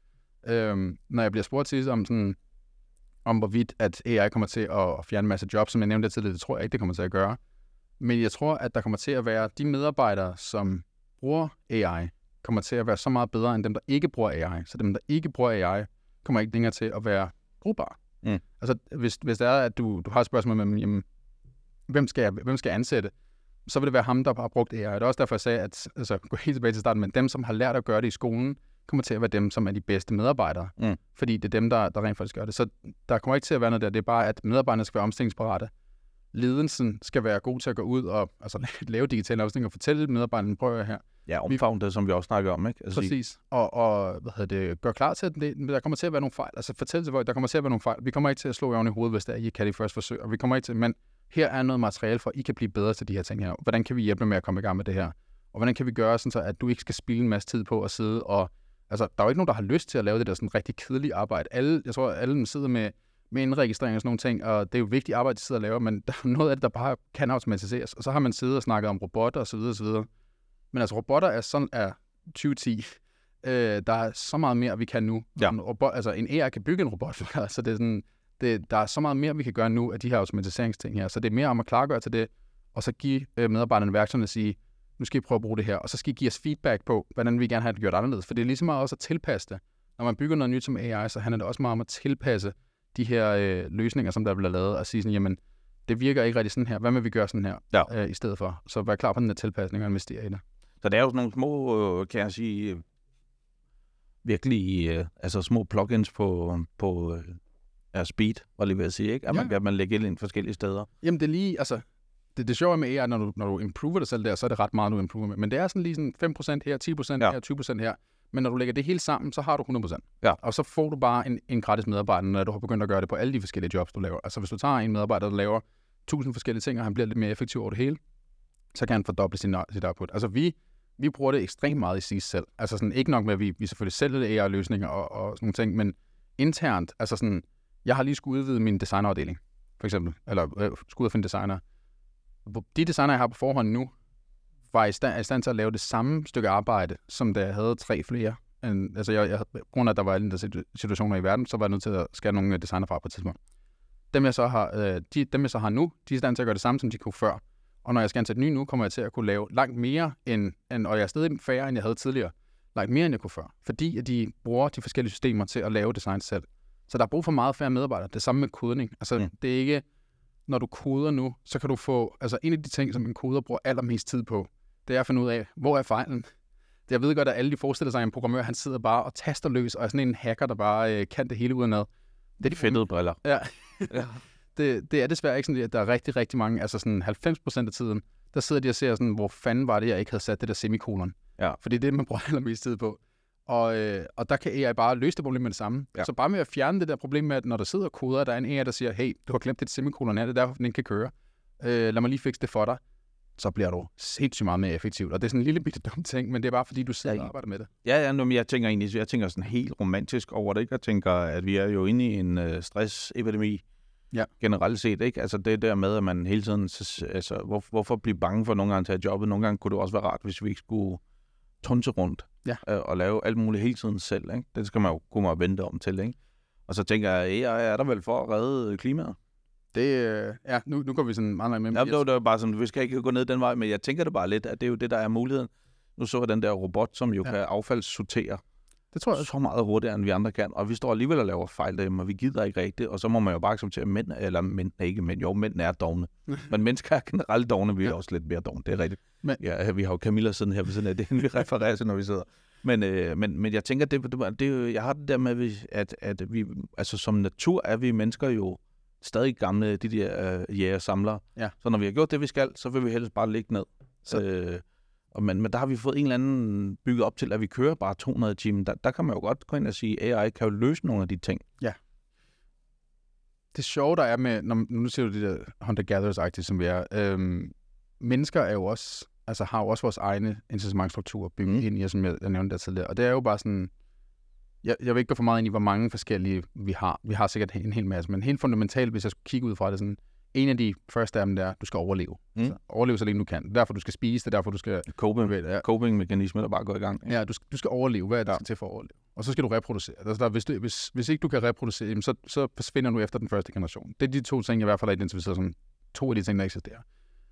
Når jeg bliver spurgt til om hvorvidt, at AI kommer til at fjerne en masse jobs, som jeg nævnte tidligere, det tror jeg ikke, det kommer til at gøre. Men jeg tror, at der kommer til at være de medarbejdere, som bruger AI, kommer til at være så meget bedre end dem, der ikke bruger AI. Så dem, der ikke bruger AI, kommer ikke længere til at være brugbare. Altså, hvis det er, at du har et spørgsmål om, jamen, hvem skal jeg ansætte, så vil det være ham, der har brugt AI. Det er også derfor, jeg sagde, at altså, gå helt tilbage til starten, men dem, som har lært at gøre det i skolen, kommer til at være dem, som er de bedste medarbejdere. Fordi det er dem, der rent faktisk gør det. Så der kommer ikke til at være noget der. Det er bare, at medarbejderne skal være omstillingsparate. Ledelsen skal være god til at gå ud og altså, lave digitale omstillinger og fortælle medarbejderne, prøver her. Ja, omfavn det, som vi også snakker om, ikke? Altså, præcis. Og gør klar til, at der kommer til at være nogle fejl. Altså fortæl til folk, der kommer til at være nogle fejl. Vi kommer ikke til at slå jer oven i hovedet, hvis det er, I kan det i første forsøg. Og vi kommer ikke til, men her er noget materiale for, at I kan blive bedre til de her ting her. Hvordan kan vi hjælpe med at komme i gang med det her? Og hvordan kan vi gøre sådan så, at du ikke skal spilde en masse tid på at sidde og... Altså, der er jo ikke nogen, der har lyst til at lave det der sådan rigtig kedelige arbejde. Jeg tror, alle sidder med indregistrering og sådan nogle ting, og det er jo vigtigt arbejde, de sidder og laver, men der er noget af det, der bare kan automatiseres. Og så har man siddet og snakket om robotter osv. Men altså, robotter er 2010. Der er så meget mere, vi kan nu. Ja. En AI kan bygge en robot. Så det er sådan, der er så meget mere, vi kan gøre nu af de her automatiseringsting her. Så det er mere om at klargøre til det, og så give medarbejderne værktøjerne og sige, nu skal I prøve at bruge det her, og så skal I give os feedback på, hvordan vi gerne have det gjort anderledes. For det er lige så meget også at tilpasse det. Når man bygger noget nyt som AI, så handler det også meget om at tilpasse de her løsninger, som der bliver lavet, og sige sådan, jamen, det virker ikke rigtig sådan her. Hvad vil vi gøre sådan her i stedet for? Så vær klar på den her tilpasning og investere i det. Så det er jo sådan nogle små, kan jeg sige, virkelig altså små plugins på speed, var lige ved at sige, ikke? At man lægger ind forskellige steder. Jamen det er lige, altså, det sjove med AI, når du improver dig selv der, så er det ret meget, du improver med. Men det er sådan lige sådan 5% her, 10% her, 20% her. Men når du lægger det hele sammen, så har du 100%. Ja. Og så får du bare en gratis medarbejder, når du har begyndt at gøre det på alle de forskellige jobs, du laver. Altså hvis du tager en medarbejder, der laver 1000 forskellige ting, og han bliver lidt mere effektiv over det hele, så kan han fordoble sit output. Altså vi bruger det ekstremt meget i SIS selv. Altså sådan, ikke nok med, at vi selvfølgelig sælger AI-løsninger og sådan nogle ting, men internt, altså sådan, jeg har lige skulle udvide min designerafdeling, for eksempel, eller skulle ud og finde designer. De designer, jeg har på forhånd nu, var i stand til at lave det samme stykke arbejde, som da jeg havde 3 flere. Altså jeg på grund af, at der var alle de situationer i verden, så var jeg nødt til at skære nogle designer fra på et tidspunkt. Dem jeg så har nu, de er i stand til at gøre det samme, som de kunne før. Og når jeg skal ansætte nye nu, kommer jeg til at kunne lave langt mere, og jeg er stadig færre, end jeg havde tidligere. Langt mere, end jeg kunne før. Fordi at de bruger de forskellige systemer til at lave design selv. Så der er brug for meget færre medarbejdere. Det samme med kodning. Altså det er ikke, når du koder nu, så kan du få, altså en af de ting, som en koder bruger allermest tid på, det er at finde ud af, hvor er fejlen. Jeg ved godt, at alle de forestiller sig, at en programmør, han sidder bare og taster løs, og er sådan en hacker, der bare kan det hele udenad. Det er de fedtede briller. Ja. Det er desværre ikke sådan, at der er rigtig, rigtig mange, altså sådan 90% af tiden, der sidder de og ser sådan, hvor fanden var det, jeg ikke havde sat det der semikolon. Ja. For det er det, man bruger allermest tid på. Og der kan AI bare løse det problem med det samme. Ja. Så bare med at fjerne det der problem med, at når der sidder koder, der er en AI, der siger, hey, du har glemt dit semikolon her, det er derfor, den ikke kan køre. Lad mig lige fikse det for dig. Så bliver du sindssygt meget mere effektivt. Og det er sådan en lille bitte dum ting, men det er bare fordi, du sidder og arbejder med det. Ja, men jeg tænker sådan helt romantisk over det, ikke? Jeg tænker, at vi er jo inde i en stressepidemi generelt set, ikke? Altså det der med, at man hele tiden, altså hvorfor blive bange for nogle gange at tage jobbet? Nogle gange kunne det også være rart, hvis vi ikke skulle tonse rundt og lave alt muligt hele tiden selv, ikke? Det skal man jo kunne vente om til, ikke? Og så tænker jeg, AI er der vel for at redde klimaet? Nu går vi sådan meget langt med. Ja, det var bare sådan, vi skal ikke gå ned den vej, men jeg tænker det bare lidt, at det er jo det, der er muligheden. Nu så jeg den der robot, som jo kan affaldssortere. Det tror jeg så meget hurtigere, end vi andre kan, og vi står alligevel og laver fejl derhjemme, og vi gider ikke rigtigt, og så må man jo bare acceptere, at mænd er dogne. Men mennesker er generelt dogne, vi er også lidt mere dogne, det er rigtigt. Ja, vi har jo Camilla siden her ved siden af, det vi refererer til, når vi sidder. Men jeg tænker, jeg har det der med, at vi, altså som natur er vi mennesker jo stadig gamle, de der jæger-samlere. Ja. Så når vi har gjort det, vi skal, så vil vi helst bare ligge ned. Men der har vi fået en eller anden bygget op til, at vi kører bare 200 timer. Der kan man jo godt gå ind og sige, at AI kan jo løse nogle af de ting. Ja. Det sjove, der er med, nu ser du det der hunter-gatherers-agtigt, som vi er, mennesker er jo også, altså har jo også vores egne incitamentsstrukturer bygget ind i, som jeg nævnte der tidligere. Og det er jo bare sådan, jeg vil ikke gå for meget ind i, hvor mange forskellige vi har. Vi har sikkert en hel masse, men helt fundamentalt, hvis jeg skulle kigge ud fra det sådan, en af de første af dem, der er, du skal overleve. Altså, overleve så længe du kan. Det er derfor, du skal spise, det er derfor, du skal... Coping-mekanismer, der bare går i gang. Ja, du skal overleve. Hvad er det, der skal til for at overleve? Og så skal du reproducere. Altså, hvis ikke du kan reproducere, så forsvinder du efter den første generation. Det er de 2 ting, jeg i hvert fald har identificeret som 2 af de ting, der eksisterer.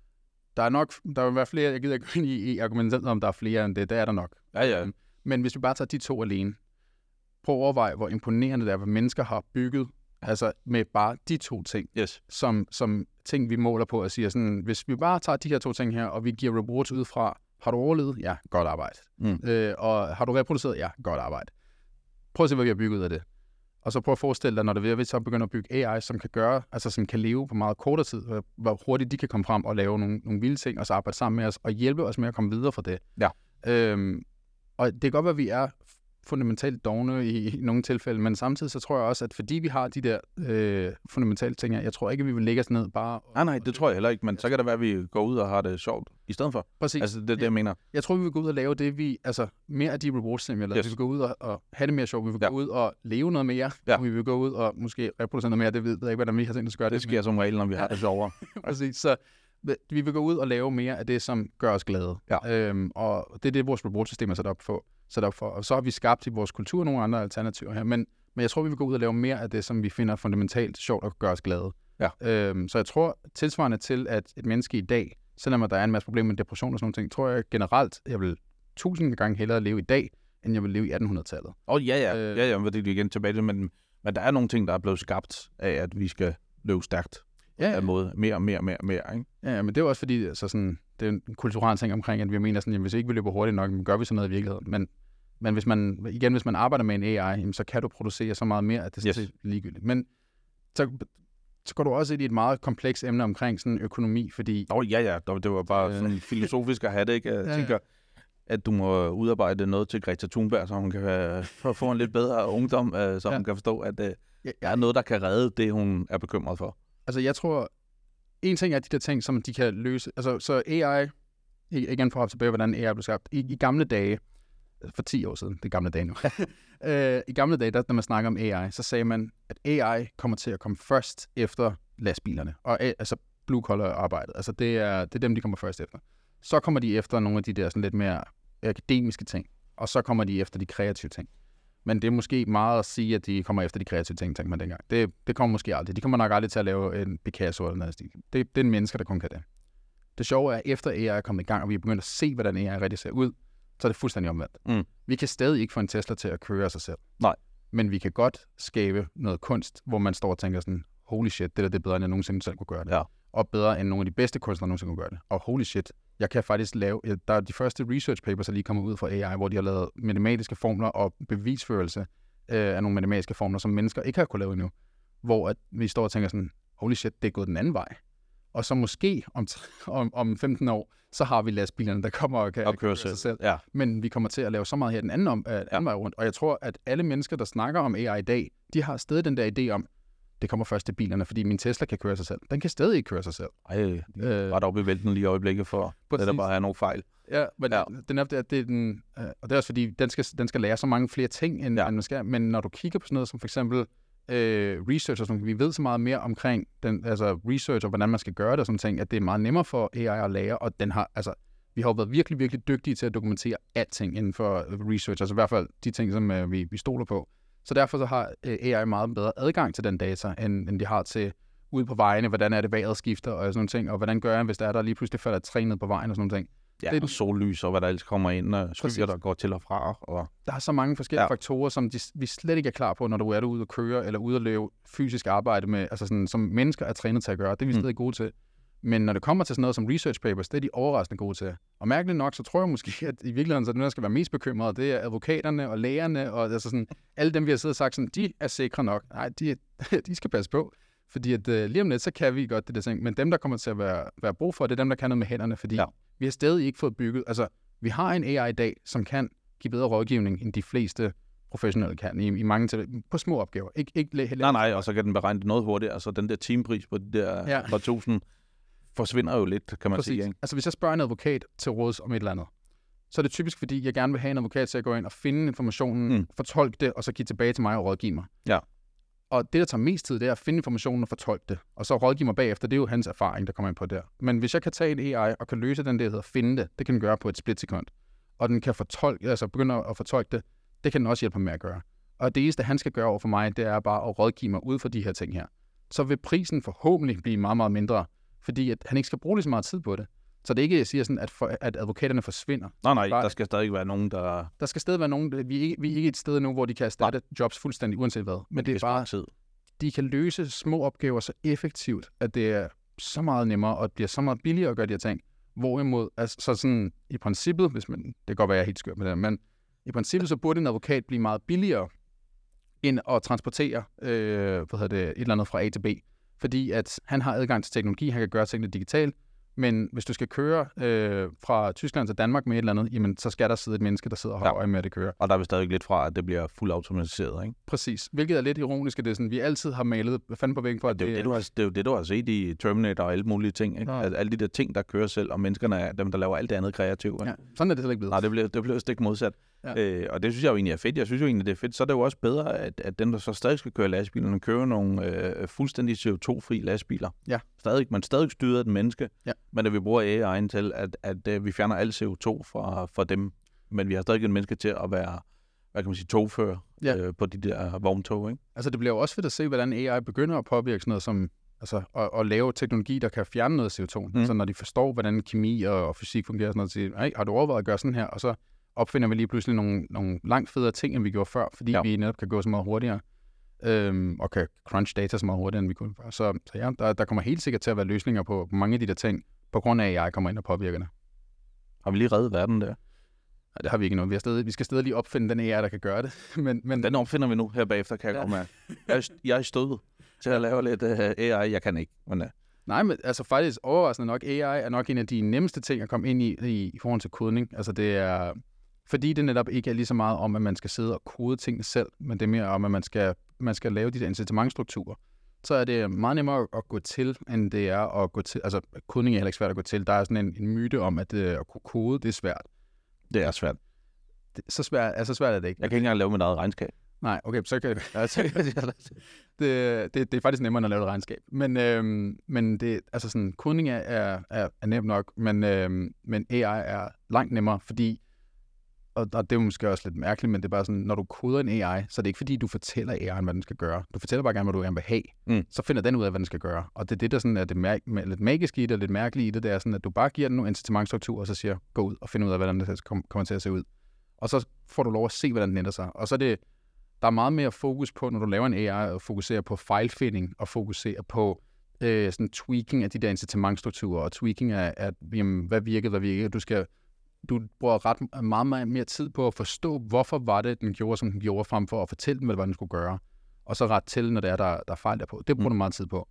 Der vil være flere, jeg gider ikke gå ind i argumentet om, der er flere end det. Det er der nok. Ja. Men hvis vi bare tager de 2 alene, prøv at overveje, hvor imponerende det er, hvad mennesker har bygget, altså med bare de 2 ting, som ting, vi måler på og siger sådan, hvis vi bare tager de her 2 ting her, og vi giver rewards ud fra, har du overlevet? Ja, godt arbejde. Og har du reproduceret? Ja, godt arbejde. Prøv at se, hvad vi har bygget ud af det. Og så prøv at forestille dig, når vi så begynder at bygge AI, som kan gøre, altså som kan leve på meget kortere tid, hvor hurtigt de kan komme frem og lave nogle vilde ting, og så arbejde sammen med os, og hjælpe os med at komme videre fra det. Ja. Og det kan godt være, at vi er fundamentalt dogne i nogle tilfælde, men samtidig så tror jeg også, at fordi vi har de der fundamentale ting her, jeg tror ikke, at vi vil lægge os ned bare... Nej, det tror jeg heller ikke, men så kan det være, at vi går ud og har det sjovt i stedet for. Præcis. Altså, det er det, jeg mener. Jeg tror, vi vil gå ud og lave det, mere af de rewards, vi vil gå ud og have det mere sjovt. Vi vil gå ud og leve noget mere, og vi vil gå ud og måske reproducere noget mere. Det ved jeg ikke, hvordan vi har tænkt os at gøre det. Det sker som regel, når vi har det sjovere. Præcis, så vi vil gå ud og lave mere af det, som gør os glade. Ja. Og det er det, vores reward-system er sat op for. Og så har vi skabt i vores kultur nogle andre alternativer her. Men jeg tror, vi vil gå ud og lave mere af det, som vi finder fundamentalt sjovt og gør os glade. Ja. Så jeg tror, tilsvarende til, at et menneske i dag, selvom der er en masse problemer med depression og sådan noget, tror jeg generelt, jeg vil 1000 gange hellere leve i dag, end jeg vil leve i 1800-tallet. Ja, det er igen tilbage til, men der er nogle ting, der er blevet skabt af, at vi skal løbe stærkt. Ja. Måde. Mere, ikke? Ja, men det er også fordi, altså sådan, det er en kulturel ting omkring, at vi mener sådan, at hvis ikke vi løber hurtigt nok, gør vi sådan noget i virkeligheden. Men hvis man arbejder med en AI, så kan du producere så meget mere, at det er ligegyldigt. Men så går du også ind i et meget komplekst emne omkring sådan økonomi, fordi... Det var bare sådan filosofisk at have det, ikke? Jeg tænker, at du må udarbejde noget til Greta Thunberg, så hun kan få en lidt bedre ungdom, så hun kan forstå, at der er noget, der kan redde det, hun er bekymret for. Altså, jeg tror, en ting er de der ting, som de kan løse. Altså, så AI, igen for at hoppe tilbage, hvordan AI blev skabt. I gamle dage, for 10 år siden, det er gamle dage nu. I gamle dage, når man snakker om AI, så sagde man, at AI kommer til at komme først efter lastbilerne. Og altså blue collar arbejdet. Altså, det er dem, de kommer først efter. Så kommer de efter nogle af de der sådan lidt mere akademiske ting. Og så kommer de efter de kreative ting. Men det er måske meget at sige, at de kommer efter de kreative ting, tænker man dengang. Det kommer måske aldrig. De kommer nok aldrig til at lave en Picasso eller noget stil. Det er en mennesker, der kun kan det. Det sjove er, at efter AI er kommet i gang, og vi er begyndt at se, hvordan AI rigtig ser ud, så er det fuldstændig omvendt. Vi kan stadig ikke få en Tesla til at køre af sig selv. Nej. Men vi kan godt skabe noget kunst, hvor man står og tænker sådan, holy shit, det er bedre, end jeg nogensinde selv kunne gøre det. Ja. Og bedre, end nogle af de bedste kunstnere nogensinde kunne gøre det. Og holy shit, jeg kan faktisk lave, der er de første research papers, der lige kommer ud fra AI, hvor de har lavet matematiske formler og bevisførelse af nogle matematiske formler, som mennesker ikke har kunnet lave endnu. Hvor at vi står og tænker sådan, holy shit, det er gået den anden vej. Og så måske om 15 år, så har vi lastbilerne, der kommer og kan køre sig selv. Ja. Men vi kommer til at lave så meget her den anden vej rundt. Og jeg tror, at alle mennesker, der snakker om AI i dag, de har stadig den der idé om, det kommer først til bilerne, fordi min Tesla kan køre sig selv. Den kan stadig ikke køre sig selv. Ret op i vælten lige i øjeblikket for, at der bare er nogle fejl. Ja, men den er den, og det er også fordi, den skal lære så mange flere ting, end man skal. Men når du kigger på sådan noget som for eksempel research, og sådan, vi ved så meget mere omkring research og hvordan man skal gøre det og sådan ting, at det er meget nemmere for AI at lære, og den har, vi har jo været virkelig, virkelig dygtige til at dokumentere alting inden for research, altså i hvert fald de ting, som vi stoler på. Så derfor så har AI meget bedre adgang til den data, end de har til ude på vejene, hvordan er det vejret skifter og sådan nogle ting, og hvordan gør jeg, hvis der lige pludselig falder et træ ned på vejen og sådan nogle ting. Ja, det er sollys og hvad der ellers kommer ind, og skyer, der går til og fra. Og der er så mange forskellige faktorer, som vi slet ikke er klar på, når du er derude og køre, eller ude og lave fysisk arbejde med, altså sådan, som mennesker er trænet til at gøre. Det er vi stadig gode til. Men når det kommer til sådan noget som research papers, det er de overraskende gode til. Og mærkeligt nok, så tror jeg måske, at i virkeligheden, så det der skal være mest bekymret, det er advokaterne og lægerne, og altså sådan, alle dem, vi har siddet og sagt, sådan, de er sikre nok. Nej, de skal passe på. Fordi at lige om lidt, så kan vi godt det der ting. Men dem, der kommer til at være brug for, det er dem, der kan noget med hænderne, fordi vi har stadig ikke fået bygget. Altså, vi har en AI i dag, som kan give bedre rådgivning, end de fleste professionelle kan i mange på små opgaver. Nej, og så kan den beregne det noget hurtigt. Altså, den der timepris på de der par tusind forsvinder jo lidt, kan man sige. Ikke? Altså, hvis jeg spørger en advokat til råds om et eller andet, så er det typisk, fordi jeg gerne vil have en advokat til at gå ind og finde informationen, fortolke det, og så give tilbage til mig og rådgive mig. Ja. Og det, der tager mest tid, det er at finde informationen og fortolke det. Og så rådgive mig bagefter, det er jo hans erfaring, der kommer ind på der. Men hvis jeg kan tage en AI og kan løse den der hedder finde det kan den gøre på et splitsekund. Og den kan begynde at fortolke det kan den også hjælpe mig med at gøre. Og det eneste, han skal gøre over for mig, det er bare at rådgive mig ud for de her ting her. Så vil prisen forhåbentlig blive meget, meget mindre, fordi at han ikke skal bruge lige så meget tid på det. Så det er ikke, jeg siger sådan, at advokaterne forsvinder. Nej, der skal stadig være nogen, der... Der skal stadig være nogen, vi er ikke et sted nu, hvor de kan erstatte jobs fuldstændig uanset hvad. Men det er bare, tid. De kan løse små opgaver så effektivt, at det er så meget nemmere, og det bliver så meget billigere at gøre de her ting. Hvorimod, altså så sådan i princippet, hvis man, det kan godt være, jeg er helt skør med det, men i princippet så burde en advokat blive meget billigere, end at transportere et eller andet fra A til B. Fordi at han har adgang til teknologi, han kan gøre tingene digitalt, men hvis du skal køre fra Tyskland til Danmark med et eller andet, jamen, så skal der sidde et menneske, der sidder og holder øje med, at det kører. Og der er vi stadig lidt fra, at det bliver fuldt automatiseret, ikke? Præcis. Hvilket er lidt ironisk, at det er sådan, vi altid har malet fanden på væggen for, at det er jo det, du har set i Terminator og alle mulige ting, ikke? Altså, alle de der ting, der kører selv, og menneskerne er dem, der laver alt det andet kreativt. Ja, sådan er det heller ikke blevet. Nej, det bliver stik modsat. Ja. Og det synes jeg jo egentlig er fedt. Jeg synes jo egentlig, det er fedt. Så er det jo også bedre, at dem, der så stadig skal køre lastbilerne, kører nogle fuldstændig CO2-fri lastbiler. Ja. Man stadig styrer et menneske, men at vi bruger AI'en til, at vi fjerner al CO2 fra dem. Men vi har stadig et menneske til at være, hvad kan man sige, togfører på de der vogntog, ikke? Altså, det bliver jo også fedt at se, hvordan AI begynder at påvirke sådan noget som, altså, at lave teknologi, der kan fjerne noget CO2. Altså, når de forstår, hvordan kemi og fysik fungerer, sådan noget, så siger, har du overvejet at gøre sådan her? Og så opfinder vi lige pludselig nogle langt federe ting, end vi gjorde før, fordi vi netop kan gå så meget hurtigere, og kan crunch data så meget hurtigere, end vi kunne før. Så ja, der kommer helt sikkert til at være løsninger på mange af de der ting, på grund af, at AI kommer ind og påvirker det. Har vi lige reddet verden der? Nej, det har vi ikke nu. Vi skal stadig lige opfinde den AI, der kan gøre det. men den opfinder vi nu her bagefter, kan jeg komme med. Jeg er stået til at lave lidt AI. Jeg kan ikke, men Nej, men altså faktisk overraskende nok, AI er nok en af de nemmeste ting at komme ind i forhold til kodning. Altså det er, fordi det netop ikke er lige så meget om, at man skal sidde og kode tingene selv, men det er mere om, at man skal lave de der incitamentstrukturer. Så er det meget nemmere at gå til, end det er at gå til. Altså kodning er heller ikke svært at gå til. Der er sådan en myte om, at kunne kode, det er svært. Det er svært. Så svært er det ikke. Jeg kan ikke engang lave mit eget regnskab. Nej, okay, så kan det er faktisk nemmere end at lave et regnskab. Men det, altså sådan, kodning er nemt nok, men AI er langt nemmere, fordi, og det er måske også lidt mærkeligt, men det er bare sådan, når du koder en AI, så er det ikke fordi, du fortæller AI'en, hvad den skal gøre. Du fortæller bare gerne, hvad du gerne vil have. Så finder den ud af, hvad den skal gøre. Og det er det, der sådan er det lidt magiske i det, og lidt mærkelige i det, det er sådan, at du bare giver den nogle incitamentstrukturer, og så siger, gå ud og find ud af, hvordan det kommer til at se ud. Og så får du lov at se, hvordan den ændrer sig. Og så er det, der er meget mere fokus på, når du laver en AI, at fokusere på fejlfinding, og fokusere på sådan tweaking af de der incitamentstrukturer, og tweaking af jamen, hvad virkede. Du bruger meget mere tid på at forstå, hvorfor var det, den gjorde, som den gjorde, frem for at fortælle dem, hvad den skulle gøre. Og så ret til, når det er, der er fejl derpå. Det bruger du meget tid på.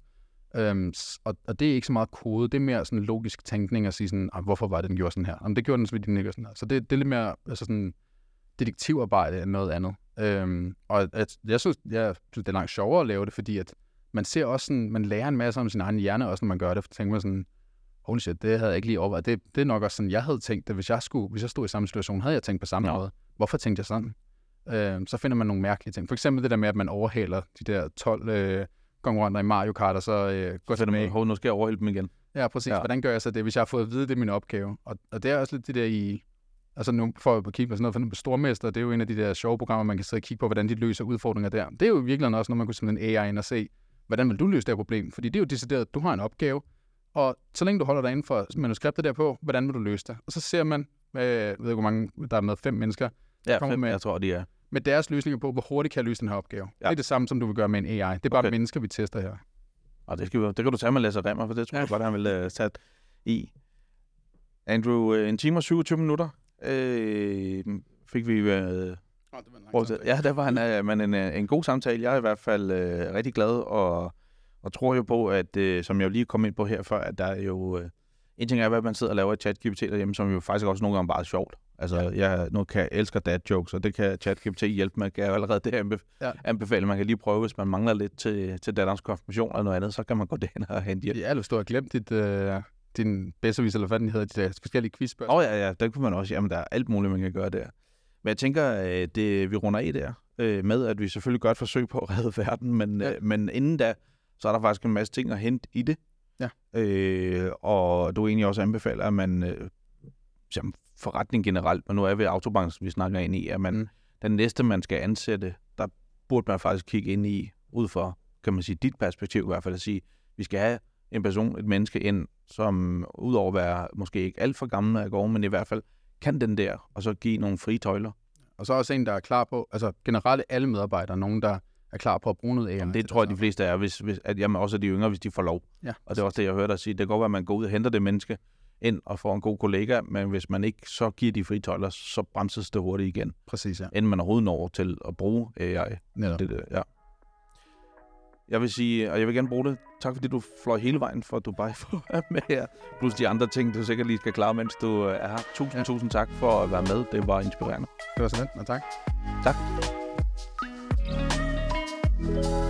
Og det er ikke så meget kode, det er mere sådan logisk tænkning at sige sådan, hvorfor var det, den gjorde sådan her? Jamen, det gjorde den, fordi den ikke gjorde sådan her. Så det er lidt mere altså sådan detektivarbejde end noget andet. Og jeg synes, det er langt sjovere at lave det, fordi at man ser også sådan, man lærer en masse om sin egen hjerne, også når man gør det, for tænker man sådan, holy shit, det havde jeg ikke lige overvejet. Det er nok også sådan, jeg havde tænkt det, hvis jeg stod i samme situation, havde jeg tænkt på samme måde. Hvorfor tænkte jeg sådan? Så finder man nogle mærkelige ting. For eksempel det der med, at man overhaler de der 12 konkurrenter i Mario Kart, og så går det med. Nu skal jeg overhælde dem igen. Ja, præcis. Ja. Hvordan gør jeg så det, hvis jeg har fået at vide, det er min opgave? Og det er også lidt det der i, altså nu får jeg kigge på sådan noget, for Stormester, det er jo en af de der sjove programmer, man kan sidde og kigge på, hvordan de løser udfordringer der. Det er jo virkelig også, når man kunne smide en AI ind og se, hvordan vil du løse det her problem? Fordi det er jo decideret, at du har en opgave, og så længe du holder dig inden for manuskriptet derpå, hvordan vil du løse det? Og så ser man, jeg ved ikke, hvor mange, der er med 5 mennesker, ja, 5, jeg tror, de er. Med deres løsninger på, hvor hurtigt kan jeg løse den her opgave. Ja. Det er det samme, som du vil gøre med en AI. Det er bare mennesker, vi tester her. Og det kan du tage med Lasse Remmer, for det tror jeg godt, han vil sætte i. Andrew, 1 time og 27 minutter fik vi... Ja, der var en god samtale. Jeg er i hvert fald rigtig glad, og tror jo på, at som jeg lige kom ind på her før, at der er jo... en ting er, hvad man sidder og laver i ChatGPT derhjemme, som jo faktisk også nogle gange bare er sjovt. Altså, jeg elsker dad jokes, og det kan ChatGPT hjælpe med. Kan jeg allerede det anbefale. Man kan lige prøve, hvis man mangler lidt til datterens konfirmation eller noget andet, så kan man gå derhen og hente hjælp. Ja, hvis du har glemt din bedstevis, eller hvad den hedder, de der forskellige quizspørgsmål. Ja, det kunne man også. Jamen, der er alt muligt, man kan gøre der. Men jeg tænker, at vi runder af der, med at vi selvfølgelig gør et forsøg på at redde verden, men inden da, så er der faktisk en masse ting at hente i det. Ja. Og du egentlig også anbefaler, at man som forretning generelt, men nu er vi autobranchen, vi snakker ind i, at man den næste, man skal ansætte, der burde man faktisk kigge ind i, ud fra, kan man sige, dit perspektiv i hvert fald, at sige, vi skal have en person, et menneske ind, som udover at være måske ikke alt for gammel af gården, men i hvert fald kan den der, og så give nogle frie tøjler. Og så også en, der er klar på, altså generelt alle medarbejdere, nogen, der er klar på at bruge noget AI. Det tror jeg, de fleste er, hvis at jamen, også de yngre, hvis de får lov. Ja, og det er også det, jeg hørte dig sige. Det kan godt være, at man går ud og henter det menneske ind og får en god kollega, men hvis man ikke så giver de frie tøjler, så bremses det hurtigt igen. Præcis, ja. Inden man overhovedet når til at bruge AI. Ja. Jeg vil sige, og jeg vil gerne bruge det. Tak fordi du fløj hele vejen fra Dubai for at være med her. Plus de andre ting, du sikkert lige skal klare, mens du er her. Tusind tak for at være med. Det var inspirerende. Det var så lidt, og tak. Tak.